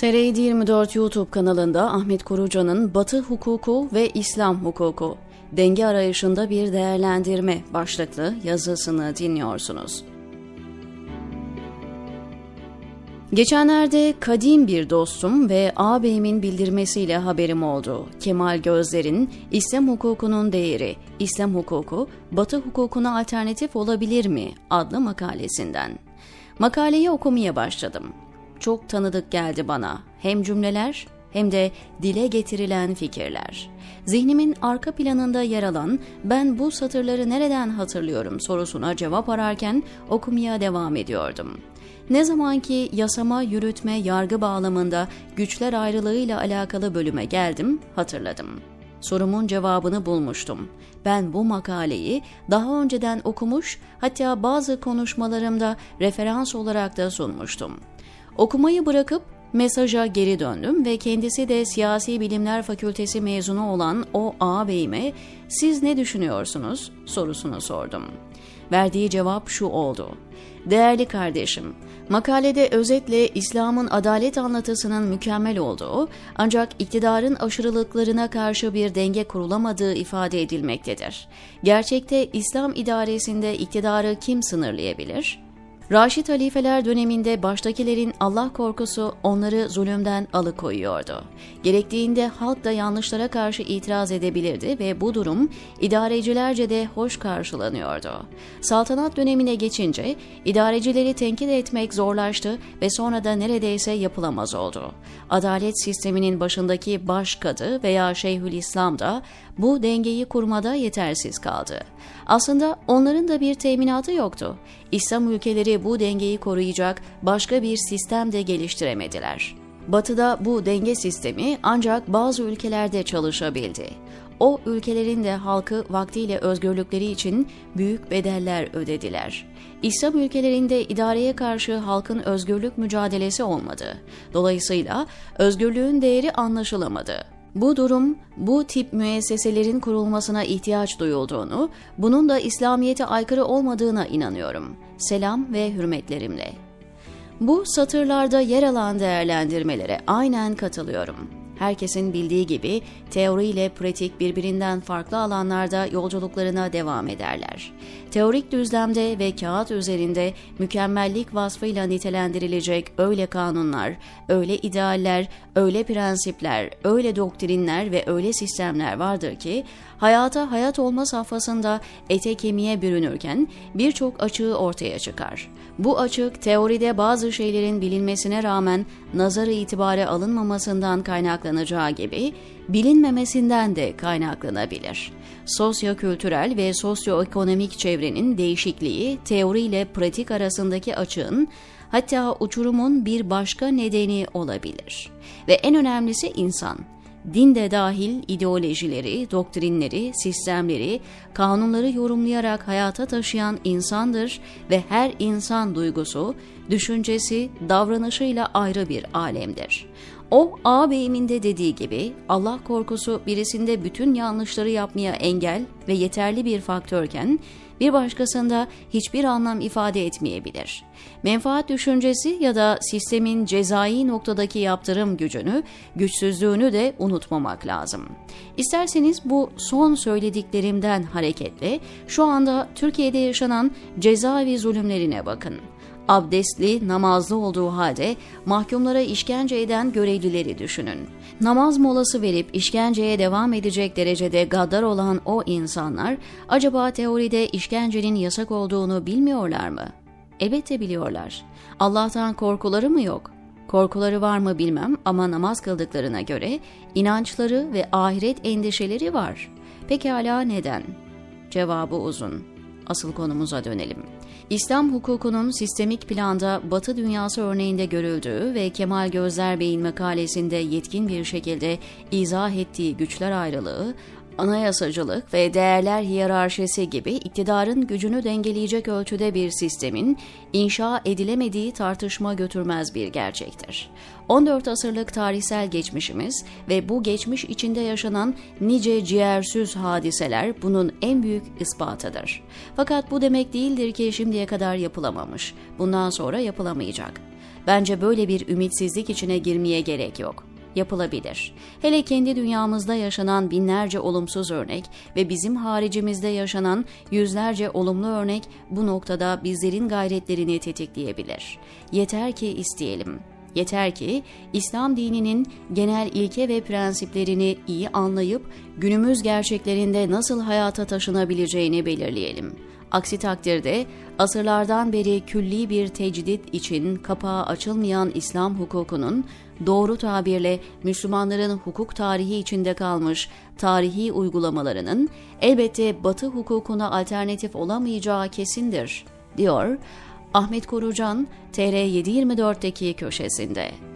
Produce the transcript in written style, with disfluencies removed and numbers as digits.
TRT 24 YouTube kanalında Ahmet Korucan'ın Batı Hukuku ve İslam Hukuku, Denge Arayışında Bir Değerlendirme başlıklı yazısını dinliyorsunuz. Geçenlerde kadim bir dostum ve ağabeyimin bildirmesiyle haberim oldu. Kemal Gözler'in İslam Hukukunun Değeri, İslam Hukuku, Batı Hukukuna Alternatif Olabilir mi? Adlı makalesinden. Makaleyi okumaya başladım. Çok tanıdık geldi bana, hem cümleler hem de dile getirilen fikirler. Zihnimin arka planında yer alan "ben bu satırları nereden hatırlıyorum" sorusuna cevap ararken okumaya devam ediyordum. Ne zamanki yasama, yürütme, yargı bağlamında güçler ayrılığıyla alakalı bölüme geldim, hatırladım. Sorumun cevabını bulmuştum. Ben bu makaleyi daha önceden okumuş, hatta bazı konuşmalarımda referans olarak da sunmuştum. Okumayı bırakıp mesaja geri döndüm ve kendisi de Siyasi Bilimler Fakültesi mezunu olan o ağabeyime "siz ne düşünüyorsunuz?" sorusunu sordum. Verdiği cevap şu oldu: "Değerli kardeşim, makalede özetle İslam'ın adalet anlatısının mükemmel olduğu ancak iktidarın aşırılıklarına karşı bir denge kurulamadığı ifade edilmektedir. Gerçekte İslam idaresinde iktidarı kim sınırlayabilir? Raşid halifeler döneminde baştakilerin Allah korkusu onları zulümden alıkoyuyordu. Gerektiğinde halk da yanlışlara karşı itiraz edebilirdi ve bu durum idarecilerce de hoş karşılanıyordu. Saltanat dönemine geçince idarecileri tenkit etmek zorlaştı ve sonra da neredeyse yapılamaz oldu. Adalet sisteminin başındaki başkadı veya Şeyhülislam da bu dengeyi kurmada yetersiz kaldı. Aslında onların da bir teminatı yoktu. İslam ülkeleri bu dengeyi koruyacak başka bir sistem de geliştiremediler. Batı'da bu denge sistemi ancak bazı ülkelerde çalışabildi. O ülkelerin de halkı vaktiyle özgürlükleri için büyük bedeller ödediler. İslam ülkelerinde idareye karşı halkın özgürlük mücadelesi olmadı. Dolayısıyla özgürlüğün değeri anlaşılamadı. Bu durum, bu tip müesseselerin kurulmasına ihtiyaç duyulduğunu, bunun da İslamiyet'e aykırı olmadığına inanıyorum. Selam ve hürmetlerimle. Bu satırlarda yer alan değerlendirmelere aynen katılıyorum. Herkesin bildiği gibi teori ile pratik birbirinden farklı alanlarda yolculuklarına devam ederler. Teorik düzlemde ve kağıt üzerinde mükemmellik vasfıyla nitelendirilecek öyle kanunlar, öyle idealler, öyle prensipler, öyle doktrinler ve öyle sistemler vardır ki hayata hayat olma safhasında ete kemiğe bürünürken birçok açığı ortaya çıkar. Bu açık teoride bazı şeylerin bilinmesine rağmen nazarı itibare alınmamasından kaynaklanacağı gibi bilinmemesinden de kaynaklanabilir. Sosyo-kültürel ve sosyoekonomik çevrenin değişikliği teori ile pratik arasındaki açığın, hatta uçurumun bir başka nedeni olabilir. Ve en önemlisi insan. Din de dahil ideolojileri, doktrinleri, sistemleri, kanunları yorumlayarak hayata taşıyan insandır ve her insan duygusu, düşüncesi, davranışıyla ayrı bir alemdir. O ağabeyimin de dediği gibi Allah korkusu birisinde bütün yanlışları yapmaya engel ve yeterli bir faktörken bir başkasında hiçbir anlam ifade etmeyebilir. Menfaat düşüncesi ya da sistemin cezai noktadaki yaptırım gücünü, güçsüzlüğünü de unutmamak lazım. İsterseniz bu son söylediklerimden hareketle şu anda Türkiye'de yaşanan cezaevi zulümlerine bakın. Abdestli, namazlı olduğu halde mahkumlara işkence eden görevlileri düşünün. Namaz molası verip işkenceye devam edecek derecede gaddar olan o insanlar acaba teoride işkencenin yasak olduğunu bilmiyorlar mı? Elbette biliyorlar. Allah'tan korkuları mı yok? Korkuları var mı bilmem ama namaz kıldıklarına göre inançları ve ahiret endişeleri var. Pekala neden? Cevabı uzun. Asıl konumuza dönelim. İslam hukukunun sistemik planda Batı dünyası örneğinde görüldüğü ve Kemal Gözler Bey'in makalesinde yetkin bir şekilde izah ettiği güçler ayrılığı, Anayasacılık ve değerler hiyerarşisi gibi iktidarın gücünü dengeleyecek ölçüde bir sistemin inşa edilemediği tartışma götürmez bir gerçektir. 14 asırlık tarihsel geçmişimiz ve bu geçmiş içinde yaşanan nice ciğersüz hadiseler bunun en büyük ispatıdır. Fakat bu demek değildir ki şimdiye kadar yapılamamış, bundan sonra yapılamayacak. Bence böyle bir ümitsizlik içine girmeye gerek yok. Yapılabilir. Hele kendi dünyamızda yaşanan binlerce olumsuz örnek ve bizim haricimizde yaşanan yüzlerce olumlu örnek bu noktada bizlerin gayretlerini tetikleyebilir. Yeter ki isteyelim. Yeter ki İslam dininin genel ilke ve prensiplerini iyi anlayıp günümüz gerçeklerinde nasıl hayata taşınabileceğini belirleyelim. Aksi takdirde asırlardan beri külli bir tecdit için kapağı açılmayan İslam hukukunun doğru tabirle Müslümanların hukuk tarihi içinde kalmış tarihi uygulamalarının elbette Batı hukukuna alternatif olamayacağı kesindir, diyor Ahmet Korucan TR724'deki köşesinde.